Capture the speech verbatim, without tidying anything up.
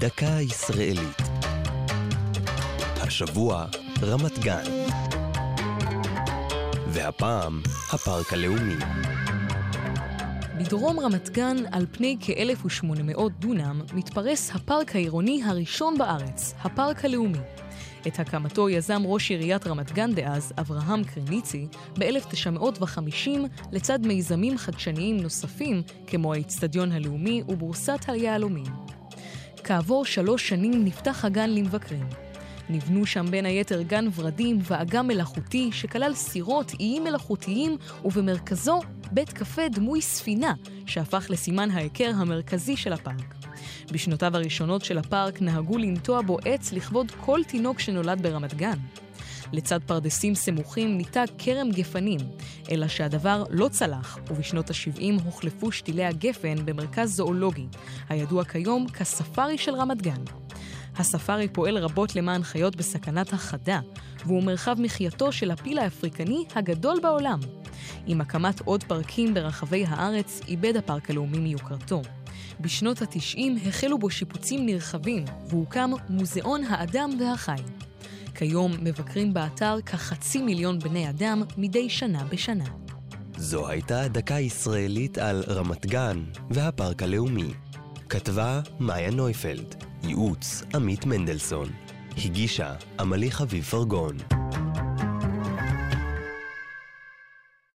דקה ישראלית. השבוע רמת גן. והפעם הפארק הלאומי. בדרום רמת גן, על פני כ-אלף ושמונה מאות דונם, מתפרס הפארק העירוני הראשון בארץ, הפארק הלאומי. את הקמתו יזם ראש עיריית רמת גן דאז, אברהם קרניצי, ב-אלף תשע מאות וחמישים, לצד מיזמים חדשניים נוספים, כמו האצטדיון הלאומי ובורסת היהלומים. כעבור שלוש שנים נפתח הגן למבקרים. נבנו שם בין היתר גן ורדים ואגם מלאכותי שכלל סירות, איים מלאכותיים, ובמרכזו בית קפה דמוי ספינה, שהפך לסימן ההיכר המרכזי של הפארק. בשנותיו הראשונות של הפארק נהגו לנטוע בו עץ לכבוד כל תינוק שנולד ברמת גן. לצד פרדסים סמוכים ניטע כרם גפנים, אלא שהדבר לא צלח, ובשנות ה-שבעים הוחלפו שתילי הגפן במרכז זואולוגי, הידוע כיום כספארי של רמת גן. הספארי פועל רבות למען חיות בסכנת החדה, והוא מרחב מחייתו של הפיל האפריקני הגדול בעולם. עם הקמת עוד פארקים ברחבי הארץ, איבד הפארק הלאומי מיוקרתו. בשנות ה-תשעים החלו בו שיפוצים נרחבים, והוקם מוזיאון האדם והחי. כיום מבקרים באתר כחצי מיליון בני אדם מדי שנה בשנה. זו הייתה דקה ישראלית על רמת גן והפארק הלאומי. כתבה מאיה נויפלד, ייעוץ עמית מנדלסון, הגישה עמלי חביב פרגון.